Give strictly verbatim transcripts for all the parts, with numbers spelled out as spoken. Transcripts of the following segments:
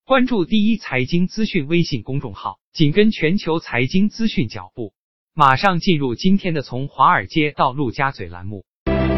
关注第一财经资讯微信公众号，紧跟全球财经资讯脚步。马上进入今天的从华尔街到陆家嘴栏目。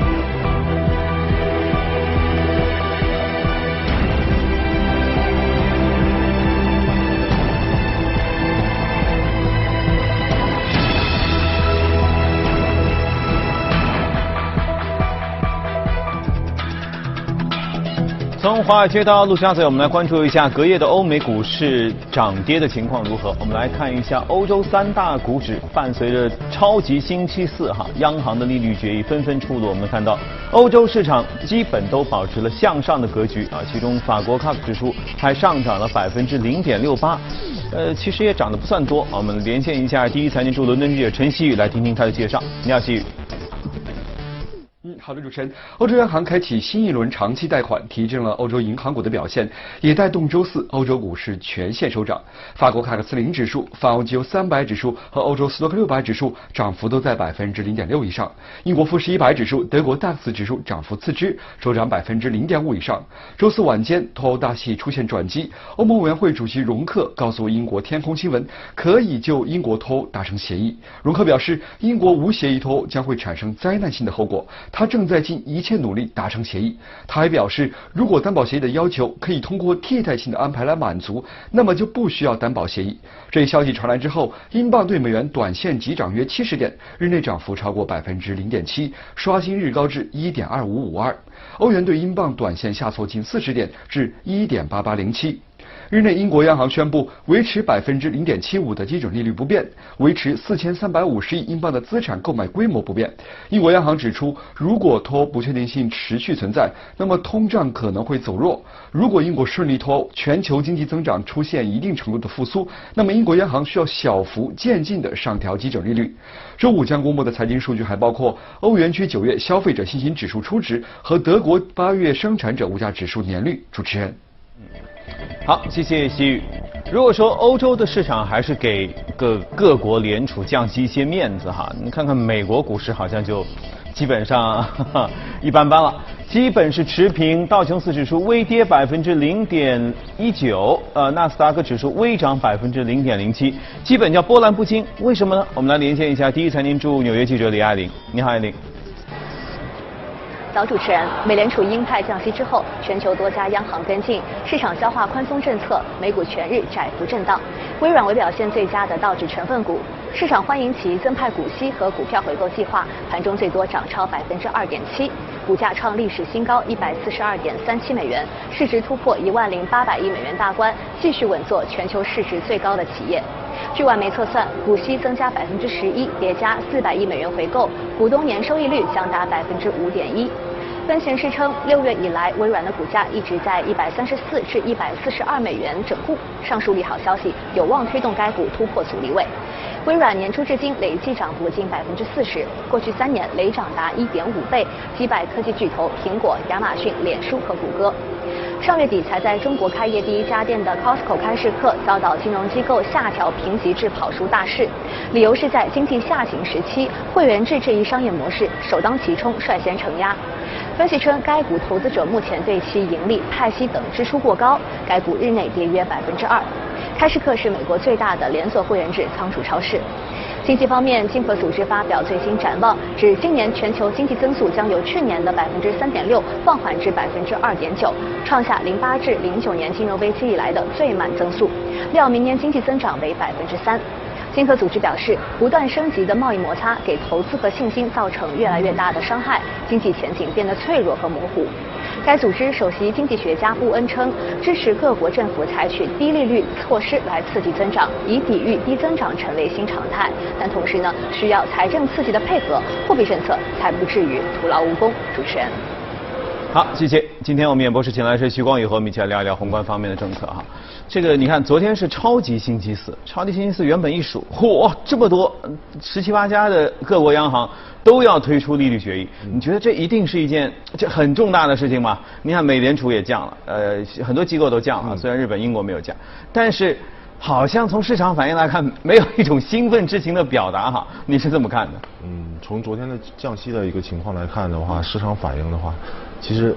从华尔街到陆家嘴，我们来关注一下隔夜的欧美股市涨跌的情况如何。我们来看一下欧洲三大股指，伴随着超级星期四哈，央行的利率决议纷纷出炉。我们看到欧洲市场基本都保持了向上的格局啊，其中法国 C A C 指数还上涨了百分之零点六八，呃，其实也涨得不算多。我们连线一下第一财经驻伦敦记者陈曦宇，来听听他的介绍。你好，曦宇。 嗯，好的，主持人。欧洲央行开启新一轮长期贷款，提振了欧洲银行股的表现，也带动周四欧洲股市全线收涨。法国卡克斯林指数、法欧 G 三百指数和欧洲斯托克六百指数涨幅都在百分之零点六以上。英国富时一百指数、德国 D A X 指数涨幅次之，收涨百分之零点五以上。周四晚间，脱欧大戏出现转机，欧盟委员会主席容克告诉英国天空新闻，可以就英国脱欧达成协议。容克表示，英国无协议脱欧将会产生灾难性的后果。他正在尽一切努力达成协议。他还表示，如果担保协议的要求可以通过替代性的安排来满足，那么就不需要担保协议。这一消息传来之后，英镑对美元短线急涨约七十点，日内涨幅超过百分之零点七，刷新日高至一点二五五二。欧元对英镑短线下挫近四十点，至一点八八零七。日内，英国央行宣布维持百分之零点七五的基准利率不变，维持四千三百五十亿英镑的资产购买规模不变。英国央行指出，如果脱欧不确定性持续存在，那么通胀可能会走弱。如果英国顺利脱欧，全球经济增长出现一定程度的复苏，那么英国央行需要小幅渐进的上调基准利率。周五将公布的财经数据还包括欧元区九月消费者信心指数初值和德国八月生产者物价指数年率。主持人。 好，谢谢曦宇。如果说欧洲的市场还是给各各国联储降息一些面子哈，你看看美国股市好像就基本上哈哈一般般了，基本是持平。道琼斯指数微跌百分之零点一九，呃，纳斯达克指数微涨百分之零点零七，基本叫波澜不惊。为什么呢？我们来连线一下第一财经驻纽约记者李爱玲。你好，爱玲。 早，主持人，美联储鹰派降息之后，全球多家央行跟进，市场消化宽松政策，美股全日窄幅震荡。微软为表现最佳的道指成分股，市场欢迎其增派股息和股票回购计划，盘中最多涨超百分之二点七，股价创历史新高一百四十二点三七美元，市值突破一万零八百亿美元大关，继续稳坐全球市值最高的企业。据外媒测算，股息增加百分之十一，叠加四百亿美元回购，股东年收益率将达百分之五点一。分析人士称，六月以来，微软的股价一直在一百三十四至一百四十二美元整固，上述利好消息有望推动该股突破阻力位。微软年初至今累计涨幅近百分之四十，过去三年累涨达一点五倍，击败科技巨头苹果、亚马逊、脸书和谷歌。上月底才在中国开业第一家店的 Costco 开市客遭到金融机构下调评级至跑输大势，理由是在经济下行时期，会员制这一商业模式首当其冲率先承压。分析称，该股投资者目前对其盈利、派息等支出过高，该股日内跌约百分之二。开市客是美国最大的连锁会员制仓储超市。经济方面，金合组织发表最新展望，指今年全球经济增速将由去年的百分之三点六放缓至百分之二点九，创下零八至零九年金融危机以来的最慢增速。料明年经济增长为百分之三。经合组织表示，不断升级的贸易摩擦给投资和信心造成越来越大的伤害，经济前景变得脆弱和模糊。该组织首席经济学家布恩称，支持各国政府采取低利率措施来刺激增长，以抵御低增长成为新常态。但同时呢，需要财政刺激的配合，货币政策才不至于徒劳无功。主持人。 好，谢谢。今天我们演播室请来是徐光宇，和我们一起来聊一聊宏观方面的政策哈。这个你看，昨天是超级星期四，超级星期四原本一数，嚯，这么多，十七八家的各国央行都要推出利率决议，你觉得这一定是一件这很重大的事情吗？你看美联储也降了，呃，很多机构都降了，虽然日本、英国没有降，但是好像从市场反应来看，没有一种兴奋之情的表达哈，你是这么看的？ 嗯，从昨天的降息的一个情况来看的话，市场反应的话，其实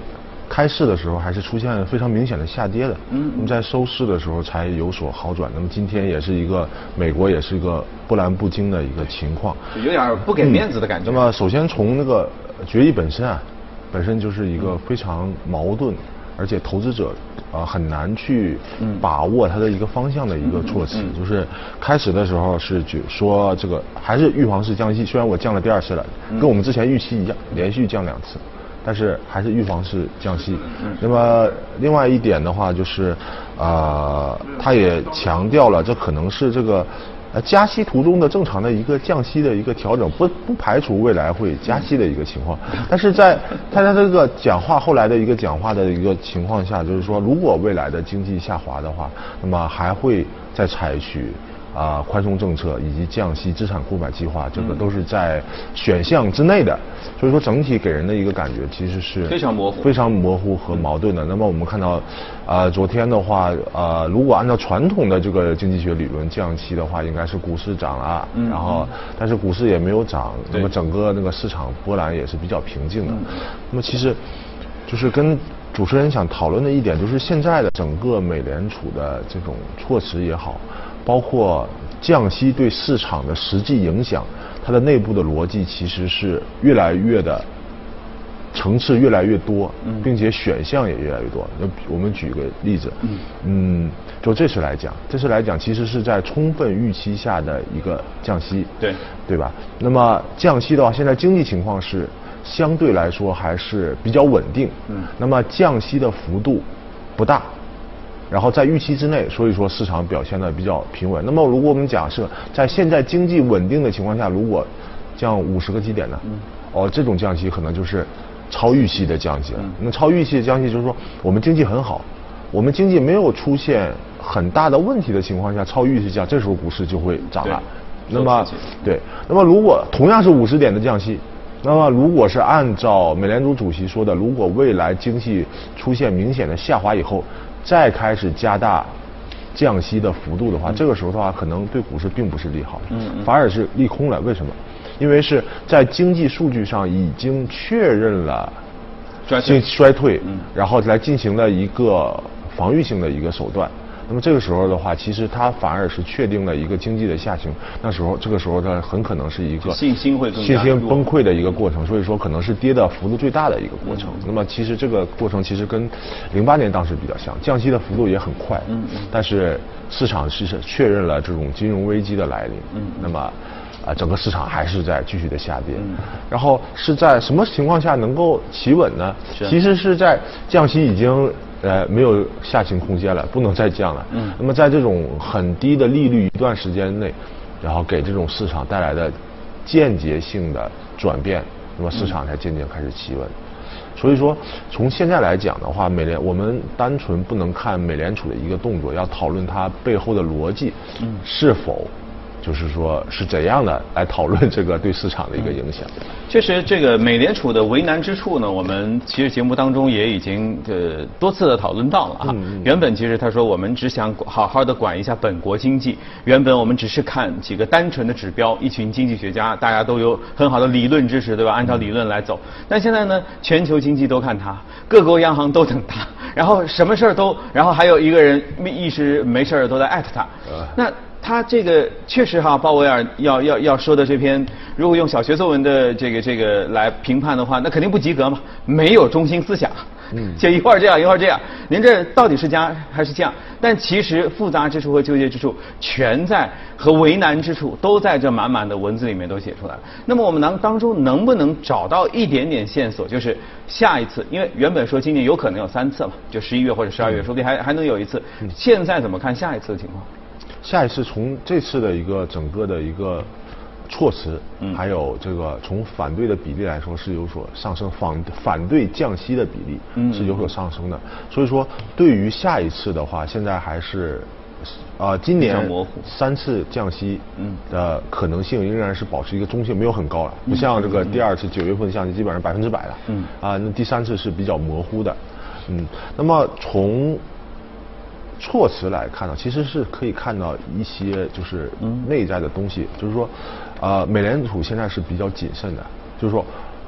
开市的时候还是出现非常明显的下跌的， 嗯， 那么在收市的时候才有所好转。那么今天也是一个美国也是一个波澜不惊的一个情况， 有点不给面子的感觉。 嗯、那么首先从那个决议本身啊，本身就是一个非常矛盾，而且投资者啊、呃、很难去把握它的一个方向的一个措辞。嗯嗯、就是开始的时候是说这个还是预防式降息，虽然我降了第二次了，嗯、跟我们之前预期一样，连续降两次。但是还是预防式降息。那么另外一点的话就是，呃，他也强调了这可能是这个呃加息途中的正常的一个降息的一个调整，不不排除未来会加息的一个情况。但是在在他这个讲话后来的一个讲话的一个情况下，就是说如果未来的经济下滑的话，那么还会再采取。啊，宽松政策以及降息、资产购买计划，这个都是在选项之内的，所以说整体给人的一个感觉其实是非常模糊、 非常模糊和矛盾的。那么我们看到，啊，昨天的话，啊，如果按照传统的这个经济学理论，降息的话，应该是股市涨了，嗯、然后但是股市也没有涨，那么整个那个市场波澜也是比较平静的。嗯、那么其实就是跟主持人想讨论的一点，就是现在的整个美联储的这种措辞也好。包括降息对市场的实际影响，它的内部的逻辑其实是越来越的层次越来越多，并且选项也越来越多。那我们举个例子，嗯，就这次来讲，这次来讲其实是在充分预期下的一个降息， 对对吧？那么降息的话，现在经济情况是相对来说还是比较稳定，嗯，那么降息的幅度不大。然后在预期之内，所以说市场表现的比较平稳。那么如果我们假设在现在经济稳定的情况下，如果降五十个基点呢？嗯、哦，这种降息可能就是超预期的降息了。嗯、那超预期的降息就是说我们经济很好，我们经济没有出现很大的问题的情况下，超预期降，这时候股市就会涨了。那么对，那么如果同样是五十点的降息。那么，如果是按照美联储主席说的，如果未来经济出现明显的下滑以后，再开始加大降息的幅度的话，嗯、这个时候的话，可能对股市并不是利好，嗯嗯、反而是利空了。为什么？因为是在经济数据上已经确认了衰退， 衰退，嗯、然后来进行了一个防御性的一个手段。那么这个时候的话，其实它反而是确定了一个经济的下行。那时候，这个时候它很可能是一个信心会更信心崩溃的一个过程，所以说可能是跌的幅度最大的一个过程。嗯、那么其实这个过程其实跟零八年当时比较像，降息的幅度也很快，嗯嗯，但是市场是确认了这种金融危机的来临，嗯，那么。啊，整个市场还是在继续的下跌，嗯、然后是在什么情况下能够企稳呢？其实是在降息已经呃没有下行空间了，不能再降了。嗯，那么在这种很低的利率一段时间内，然后给这种市场带来的间接性的转变，那么市场才渐渐开始企稳。嗯、所以说，从现在来讲的话，美联我们单纯不能看美联储的一个动作，要讨论它背后的逻辑，嗯，是否。就是说是怎样的来讨论这个对市场的一个影响？ 确实，这个美联储的为难之处呢，我们其实节目当中也已经呃多次的讨论到了哈。嗯、原本其实他说我们只想好好的管一下本国经济，原本我们只是看几个单纯的指标，一群经济学家大家都有很好的理论知识，对吧？按照理论来走。但现在呢，全球经济都看它，各国央行都等它，然后什么事儿都，然后还有一个人一时没事儿都在艾特他，呃、那。他这个确实哈，鲍威尔要要要说的这篇，如果用小学作文的这个这个来评判的话，那肯定不及格嘛，没有中心思想，嗯，就一会儿这样一会儿这样，您这到底是加还是降？但其实复杂之处和纠结之处全在和为难之处都在这满满的文字里面都写出来了。那么我们能当中能不能找到一点点线索，就是下一次，因为原本说今年有可能有三次嘛，就十一月或者十二月，说不定还还能有一次。现在怎么看下一次的情况？ 下一次从这次的一个整个的一个措辞，嗯，还有这个从反对的比例来说是有所上升，反反对降息的比例是有所上升的。嗯、所以说，对于下一次的话，现在还是，啊、呃，今年三次降息的可能性仍然是保持一个中性，没有很高了，不像这个第二次九月份降息基本上百分之百了，嗯，啊，那第三次是比较模糊的，嗯，那么从措辞来看呢，其实是可以看到一些就是内在的东西，嗯、就是说，呃，美联储现在是比较谨慎的，就是说，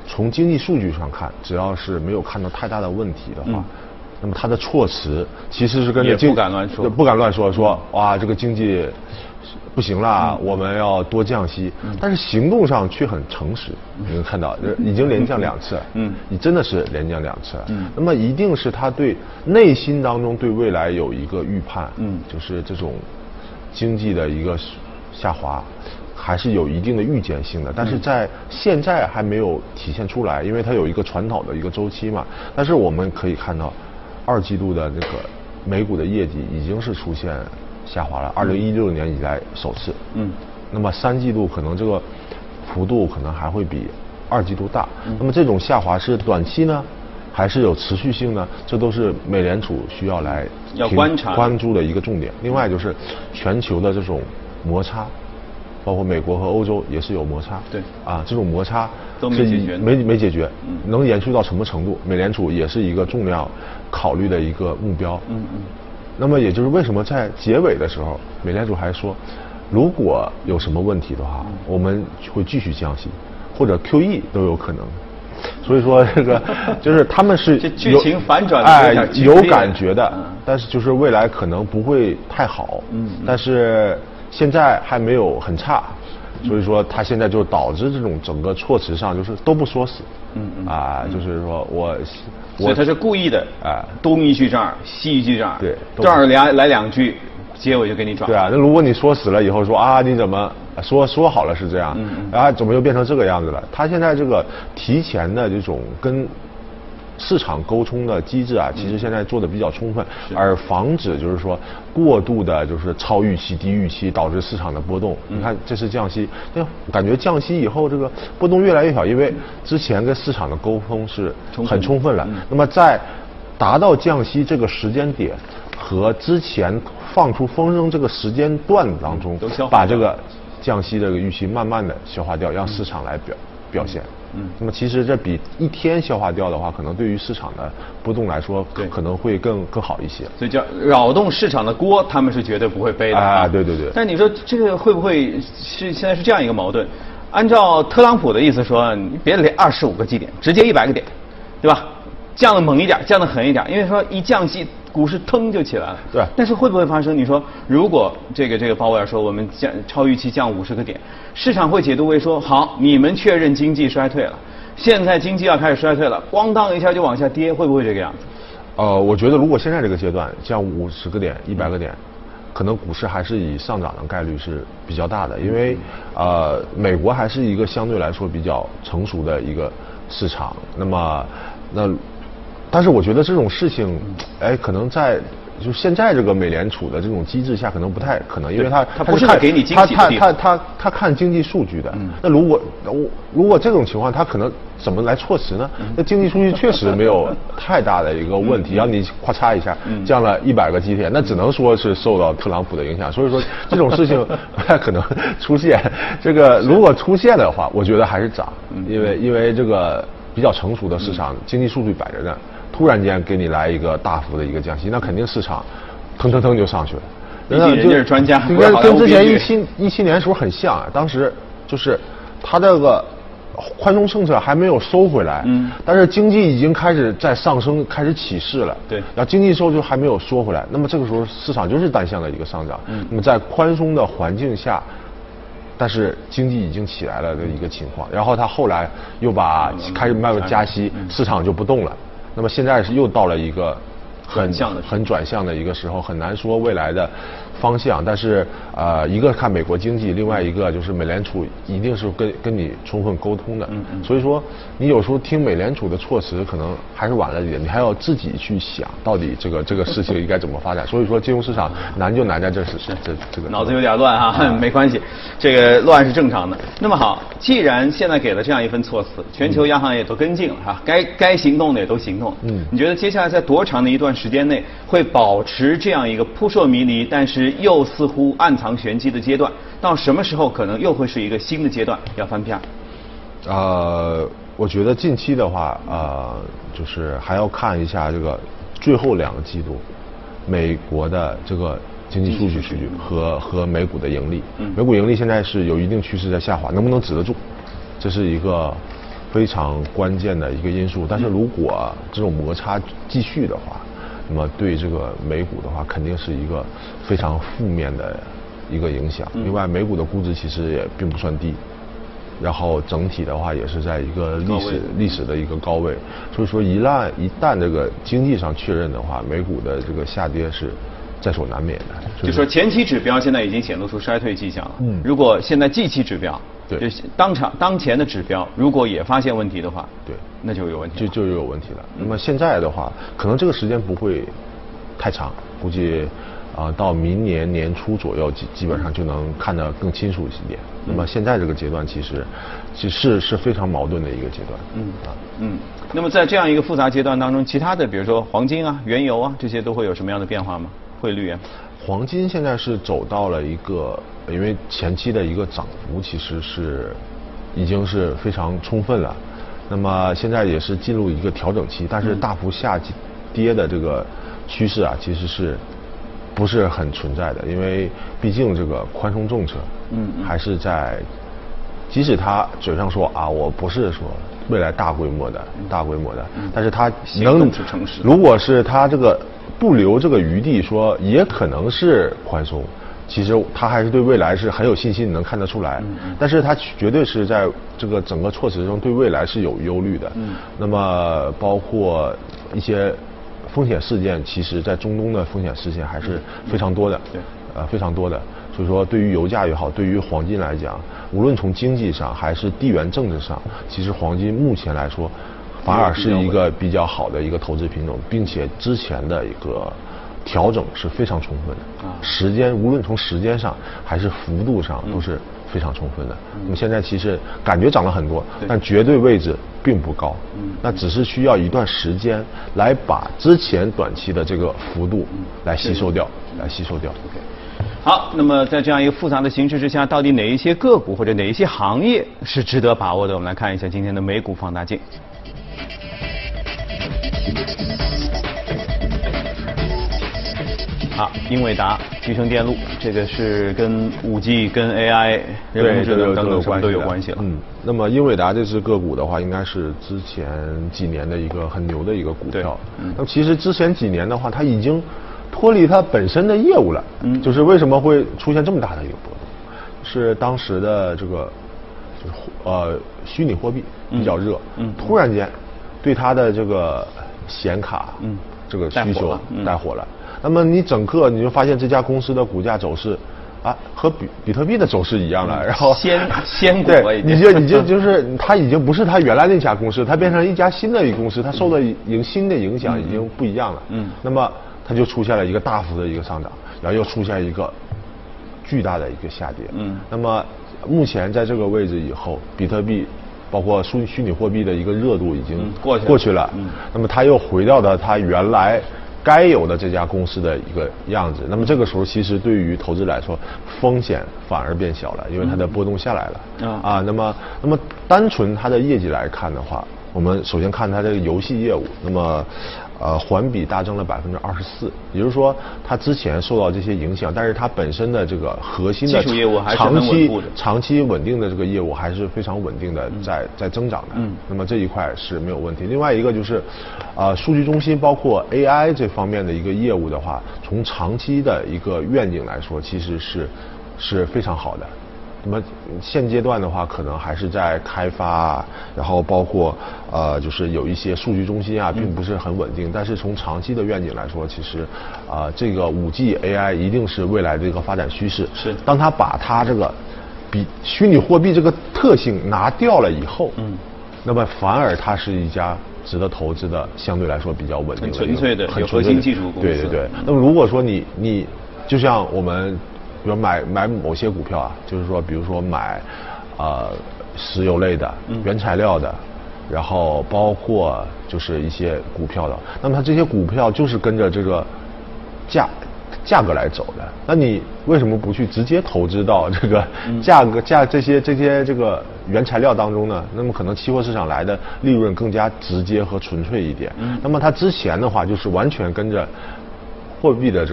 从经济数据上看，只要是没有看到太大的问题的话，嗯、那么它的措辞其实是跟着经不敢乱说， 不敢乱说说哇这个经济不行了，嗯、我们要多降息，嗯、但是行动上却很诚实。嗯、你能看到，已经连降两次，嗯，你真的是连降两次，嗯，那么一定是他对内心当中对未来有一个预判，嗯，就是这种经济的一个下滑。还是有一定的预见性的，但是在现在还没有体现出来，因为它有一个传导的一个周期嘛。但是我们可以看到，二季度的这个美股的业绩已经是出现下滑了，二零一六年以来首次。嗯。那么三季度可能这个幅度可能还会比二季度大。嗯。那么这种下滑是短期呢，还是有持续性呢？这都是美联储需要来要观察关注的一个重点。另外就是全球的这种摩擦。包括美国和欧洲也是有摩擦， 对啊，这种摩擦都没解决， 没没解决，嗯、能延续到什么程度？美联储也是一个重要考虑的一个目标。嗯嗯。那么也就是为什么在结尾的时候，美联储还说，如果有什么问题的话，嗯、我们会继续降息，或者 Q E 都有可能。所以说这个就是他们是这剧情反转哎有感觉的，嗯、但是就是未来可能不会太好。嗯。但是。现在还没有很差，所以说它现在就导致这种整个措辞上就是都不说死，嗯嗯啊，就是说我我他是故意的啊，东一句这儿，西一句这儿， 对， 这儿来来两句，结尾就给你转。 对啊，那如果你说死了以后说啊你怎么说说好了是这样，嗯嗯，啊怎么又变成这个样子了？他现在这个提前的这种跟市场沟通的机制啊，其实现在做的比较充分，嗯、而防止就是说过度的，就是超预期、低预期，导致市场的波动。嗯、你看，这次降息，那感觉降息以后，这个波动越来越小，因为之前跟市场的沟通是很充分了。嗯、那么在达到降息这个时间点和之前放出风声这个时间段当中，把这个降息这个预期慢慢的消化掉，让市场来表表现。嗯，那么其实这比一天消化掉的话，可能对于市场的波动来说，可能会更更好一些。 所以叫扰动市场的锅，他们是绝对不会背的啊！对对对。 但你说这个会不会是现在是这样一个矛盾？按照特朗普的意思说，你别连二十五个基点，直接一百个点，对吧？降得猛一点，降得狠一点，因为说一降息，股市腾就起来了。 对。 但是会不会发生？你说，如果这个这个鲍威尔说我们降超预期降五十个点，市场会解读为说好，你们确认经济衰退了，现在经济要开始衰退了，咣当一下就往下跌，会不会这个样子？ 呃，我觉得如果现在这个阶段降五十个点、一百个点，可能股市还是以上涨的概率是比较大的，因为呃，美国还是一个相对来说比较成熟的一个市场。那么那。但是我觉得这种事情，哎，可能在就现在这个美联储的这种机制下，可能不太可能，因为他他不是给你惊喜的地方，他他他他看经济数据的。嗯、那如果如果这种情况，他可能怎么来措辞呢？嗯、那经济数据确实没有太大的一个问题，让、嗯、你咔嚓一下降了一百个基点，那只能说是受到特朗普的影响。所以说这种事情不太可能出现。这个如果出现的话，我觉得还是涨，因为因为这个比较成熟的市场，经济数据摆着呢。突然间给你来一个大幅的一个降息，那肯定市场腾腾腾就上去了。 毕竟人家是专家， 跟跟之前一七一七年的时候很像啊。当时就是他这个宽松政策还没有收回来，嗯，但是经济已经开始在上升，开始起势了。 对， 然后经济收就还没有缩回来，那么这个时候市场就是单向的一个上涨。嗯，那么在宽松的环境下。但是经济已经起来了的一个情况，然后他后来又把开始慢慢加息，市场就不动了。那么现在是又到了一个很很转向的一个时候，很难说未来的方向。但是呃，一个看美国经济，另外一个就是美联储一定是跟跟你充分沟通的。嗯嗯。所以说，你有时候听美联储的措辞，可能还是晚了一点，你还要自己去想到底这个这个事情应该怎么发展。所以说，金融市场难就难在这是这这个脑子有点乱哈、啊，没关系，这个乱是正常的。那么好，既然现在给了这样一份措辞，全球央行也都跟进了哈，该该行动的也都行动。嗯。你觉得接下来在多长的一段时间内会保持这样一个扑朔迷离，但是又似乎暗藏玄机的阶段？到什么时候可能又会是一个新的阶段要翻篇？ 呃，我觉得近期的话，呃，就是还要看一下这个最后两个季度美国的这个经济数据数据和和美股的盈利。嗯。美股盈利现在是有一定趋势在下滑，能不能止得住？这是一个非常关键的一个因素。但是如果这种摩擦继续的话，那么对这个美股的话，肯定是一个非常负面的一个影响。另外，美股的估值其实也并不算低，然后整体的话也是在一个历史历史的一个高位。所以说，一旦一旦这个经济上确认的话，美股的这个下跌是在所难免的。 就说前期指标现在已经显露出衰退迹象了。嗯，如果现在季期指标， 对， 就是当场当前的指标，如果也发现问题的话， 对， 那就有问题， 就就有问题了。那么现在的话，可能这个时间不会太长，估计啊、呃、到明年年初左右，基基本上就能看得更清楚一点。那么现在这个阶段其实，其实是非常矛盾的一个阶段。 嗯啊嗯。那么在这样一个复杂阶段当中，其他的比如说黄金啊、原油啊这些都会有什么样的变化吗？汇率啊？ 黄金现在是走到了一个，因为前期的一个涨幅其实是已经是非常充分了，那么现在也是进入一个调整期，但是大幅下跌的这个趋势啊，其实是不是很存在的，因为毕竟这个宽松政策，嗯，还是在，即使他嘴上说啊，我不是说未来大规模的、大规模的，但是他能，如果是他这个。不留这个余地，说也可能是宽松，其实他还是对未来是很有信心，能看得出来。嗯、但是他绝对是在这个整个措辞中对未来是有忧虑的。嗯、那么包括一些风险事件，其实在中东的风险事件还是非常多的，对、嗯，呃，非常多的。所以说，对于油价也好，对于黄金来讲，无论从经济上还是地缘政治上，其实黄金目前来说。反而是一个比较好的一个投资品种，并且之前的一个调整是非常充分的，时间无论从时间上还是幅度上都是非常充分的。那么现在其实感觉涨了很多，但绝对位置并不高，那只是需要一段时间来把之前短期的这个幅度来吸收掉，来吸收掉。 好，那么在这样一个复杂的形势之下，到底哪一些个股或者哪一些行业是值得把握的？我们来看一下今天的美股放大镜。啊，英伟达、集成电路，这个是跟五 G、跟 A I、人工智能等等什么都有关系了。 嗯，那么英伟达这只个股的话，应该是之前几年的一个很牛的一个股票。嗯，那么其实之前几年的话，它已经脱离它本身的业务了。嗯，就是为什么会出现这么大的一个波动？是当时的这个就是呃虚拟货币比较热，嗯，突然间对它的这个显卡，嗯，这个需求带火了。那么你整个你就发现这家公司的股价走势，啊，和比比特币的走势一样了。然后先先股对，你就你就就是它已经不是它原来那家公司，它变成一家新的一个公司，它受的影新的影响已经不一样了。嗯，那么它就出现了一个大幅的一个上涨，然后又出现一个巨大的一个下跌。嗯，那么目前在这个位置以后，比特币包括虚虚拟货币的一个热度已经过去过去了。嗯，那么它又回到了它原来该有的这家公司的一个样子，那么这个时候其实对于投资来说，风险反而变小了，因为它的波动下来了。嗯、啊，那么那么单纯它的业绩来看的话，我们首先看它这个游戏业务，那么呃环比大增了百分之二十四，也就是说它之前受到这些影响，但是它本身的这个核心的技术业务还是长期的长期稳定的这个业务还是非常稳定的在、嗯、在增长的。嗯，那么这一块是没有问题。另外一个就是，呃，数据中心包括 A I 这方面的一个业务的话，从长期的一个愿景来说，其实是是非常好的。那么现阶段的话，可能还是在开发，然后包括呃，就是有一些数据中心啊，并不是很稳定。嗯、但是从长期的愿景来说，其实啊、呃，这个五 G A I 一定是未来的一个发展趋势。 是。 当它把它这个比虚拟货币这个特性拿掉了以后，嗯，那么反而它是一家值得投资的，相对来说比较稳定的、 很纯粹的、很核心技术公司。 对对对。那么如果说你你就像我们。比如买买某些股票啊，就是说，比如说买，呃，石油类的、原材料的，然后包括就是一些股票的。那么它这些股票就是跟着这个价价格来走的。那你为什么不去直接投资到这个价格价这些这些这个原材料当中呢？那么可能期货市场来的利润更加直接和纯粹一点。那么它之前的话就是完全跟着货币的这个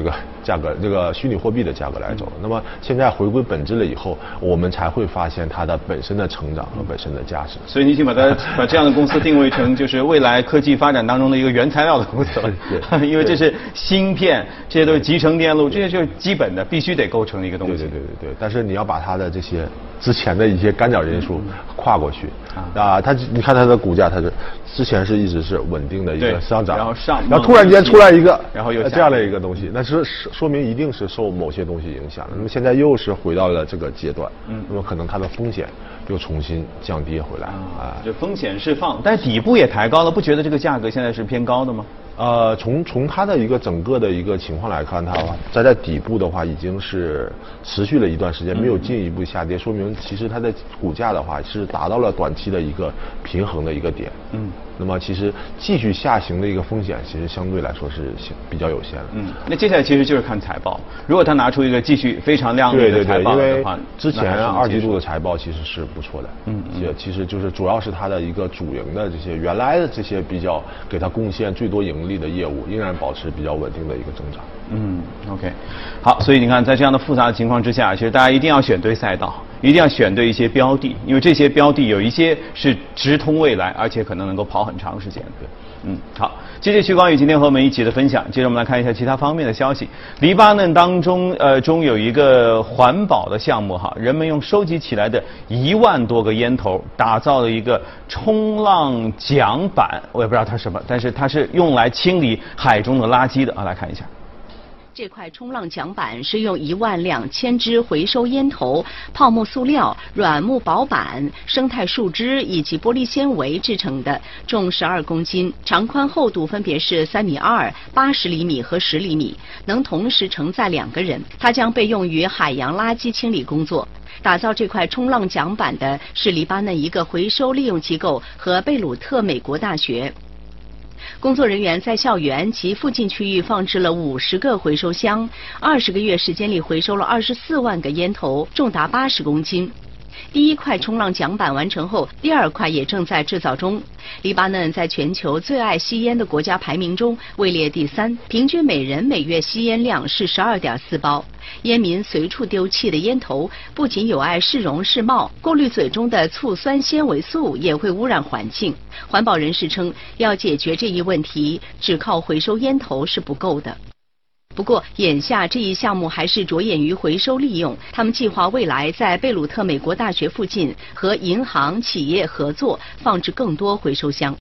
价格，这个虚拟货币的价格来走。那么现在回归本质了以后，我们才会发现它的本身的成长和本身的价值。 所以你已经把它把这样的公司定位成就是未来科技发展当中的一个原材料的公司了， 对， 因为这是芯片，这些都是集成电路，这些就是基本的，必须得构成的一个东西。 对对对对对。但是你要把它的这些之前的一些干扰因素跨过去啊，它你看它的股价，它是之前是一直是稳定的一个上涨， 然后上， 然后突然间出来一个， 然后又这样的一个东西，那是说明一定是受某些东西影响的。那么现在又是回到了这个阶段，嗯，那么可能它的风险又重新降低回来啊， 就风险释放，但是底部也抬高了，不觉得这个价格现在是偏高的吗？ 呃，从从它的一个整个的一个情况来看，它在在底部的话已经是持续了一段时间，没有进一步下跌，说明其实它的股价的话是达到了短期的一个平衡的一个点。嗯，那么其实继续下行的一个风险，其实相对来说是比较有限的。 嗯，那接下来其实就是看财报，如果它拿出一个继续非常亮丽的财报的话， 对对对，因为之前二季度的财报其实是不错的。嗯，也其实就是主要是它的一个主营的这些原来的这些比较给它贡献最多盈利的业务，仍然保持比较稳定的一个增长。 嗯 ，OK， 好，所以你看，在这样的复杂的情况之下，其实大家一定要选对赛道，一定要选对一些标的，因为这些标的有一些是直通未来，而且可能能够跑很长时间。对，嗯，好，谢谢徐光宇今天和我们一起的分享。接着我们来看一下其他方面的消息。黎巴嫩当中，呃，中有一个环保的项目哈，人们用收集起来的一万多个烟头，打造了一个冲浪桨板，我也不知道它是什么，但是它是用来清理海中的垃圾的啊，来看一下。 这块冲浪桨板是用一万两千只回收烟头、泡沫塑料、软木薄板、生态树枝以及玻璃纤维制成的，重十二公斤，长宽厚度分别是三米二、八十厘米和十厘米，能同时承载两个人。它将被用于海洋垃圾清理工作。打造这块冲浪桨板的是黎巴嫩一个回收利用机构和贝鲁特美国大学。工作人员在校园及附近区域放置了五十个回收箱，二十个月时间里回收了二十四万个烟头，重达八十公斤。第一块冲浪桨板完成后，第二块也正在制造中。黎巴嫩在全球最爱吸烟的国家排名中位列第三，平均每人每月吸烟量是十二点四包。烟民随处丢弃的烟头不仅有碍市容市貌，过滤嘴中的醋酸纤维素也会污染环境。环保人士称，要解决这一问题，只靠回收烟头是不够的。不过，眼下这一项目还是着眼于回收利用。他们计划未来在贝鲁特美国大学附近和银行、企业合作，放置更多回收箱。